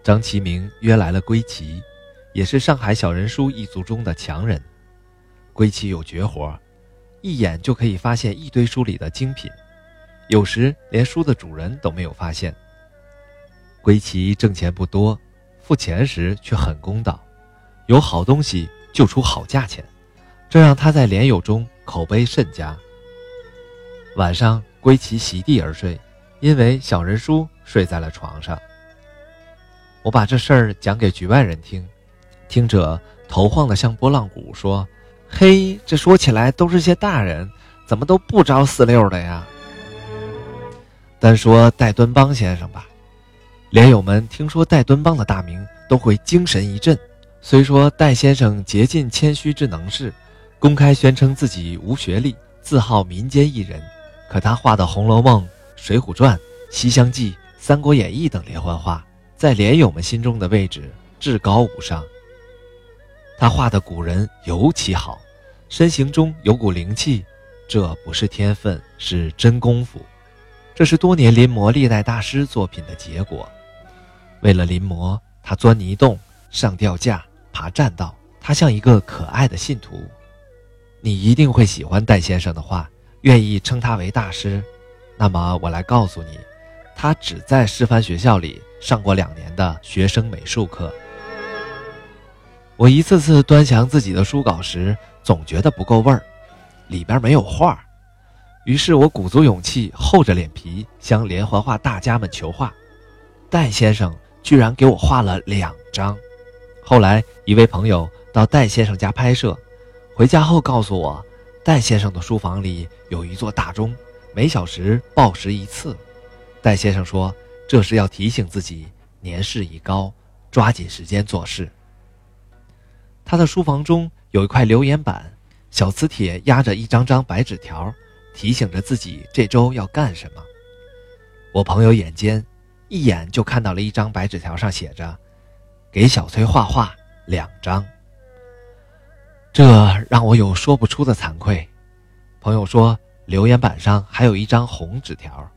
张其明约来了归齐，也是上海小人书一族中的强人。归齐有绝活，一眼就可以发现一堆书里的精品，有时连书的主人都没有发现。归齐挣钱不多，付钱时却很公道，有好东西就出好价钱，这让他在联友中口碑甚佳。晚上归齐席地而睡，因为小人书睡在了床上。我把这事儿讲给局外人听，听者头晃得像拨浪鼓，说：嘿，这说起来都是些大人，怎么都不着四六的呀？单说戴敦邦先生吧，联友们听说戴敦邦的大名都会精神一振。虽说戴先生竭尽谦虚之能事，公开宣称自己无学历，自号民间艺人，可他画的《红楼梦》《水浒传》《西厢记》《三国演义》等连环画，在联友们心中的位置至高无上。他画的古人尤其好，身形中有股灵气，这不是天分，是真功夫。这是多年临摹历代大师作品的结果。为了临摹，他钻泥洞，上吊架，爬栈道，他像一个可爱的信徒。你一定会喜欢戴先生的画，愿意称他为大师。那么我来告诉你，他只在师范学校里上过2年的学生美术课。我一次次端详自己的书稿时，总觉得不够味儿，里边没有画。于是我鼓足勇气，厚着脸皮向连环画大家们求画。戴先生居然给我画了2张。后来一位朋友到戴先生家拍摄，回家后告诉我，戴先生的书房里有一座大钟，每小时报时一次。戴先生说，这是要提醒自己年事已高，抓紧时间做事。他的书房中有一块留言板，小磁铁压着一张张白纸条，提醒着自己这周要干什么。我朋友眼尖，一眼就看到了一张白纸条上写着给小崔画画2张。这让我有说不出的惭愧。朋友说留言板上还有一张红纸条，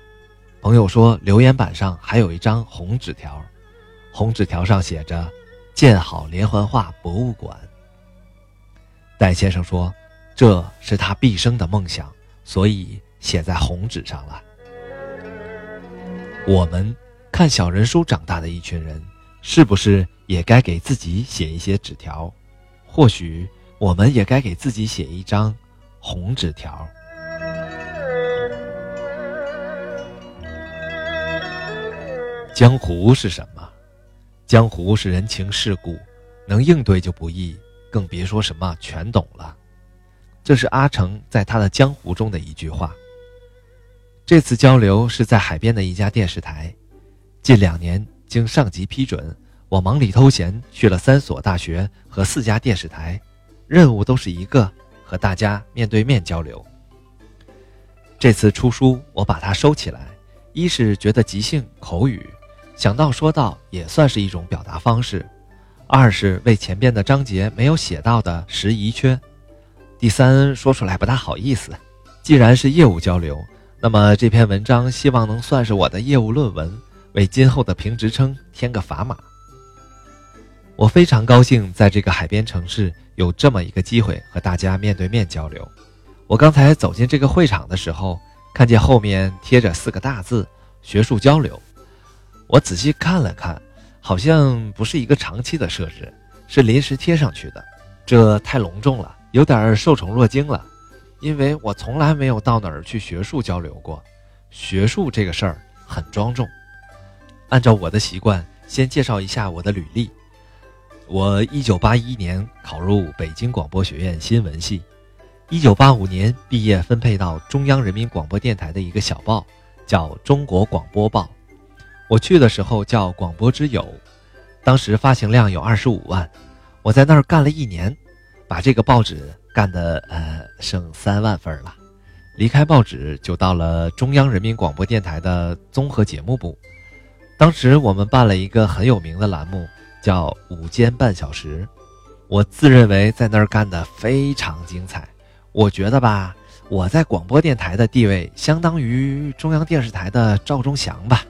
红纸条上写着建好连环画博物馆。戴先生说，这是他毕生的梦想，所以写在红纸上了。我们看小人书长大的一群人，是不是也该给自己写一些纸条？或许我们也该给自己写一张红纸条。江湖是什么？江湖是人情世故，能应对就不易，更别说什么全懂了。这是阿成在他的《江湖》中的一句话。这次交流是在海边的一家电视台。近2年，经上级批准，我忙里偷闲去了3所大学和4家电视台，任务都是一个，和大家面对面交流。这次出书，我把它收起来，一是觉得即兴口语，想到说到也算是一种表达方式；二是为前边的章节没有写到的拾遗缺；第三，说出来不大好意思。既然是业务交流，那么这篇文章希望能算是我的业务论文，为今后的评职称添个砝码。我非常高兴在这个海边城市有这么一个机会和大家面对面交流。我刚才走进这个会场的时候，看见后面贴着4个大字学术交流。我仔细看了看，好像不是一个长期的设置，是临时贴上去的。这太隆重了，有点受宠若惊了，因为我从来没有到哪儿去学术交流过。学术这个事儿很庄重。按照我的习惯，先介绍一下我的履历。我1981年考入北京广播学院新闻系，1985年毕业分配到中央人民广播电台的一个小报，叫中国广播报。我去的时候叫广播之友，当时发行量有25万。我在那儿干了1年，把这个报纸干得剩3万份了。离开报纸就到了中央人民广播电台的综合节目部。当时我们办了一个很有名的栏目，叫午间半小时。我自认为在那儿干得非常精彩。我觉得吧，我在广播电台的地位相当于中央电视台的赵忠祥吧。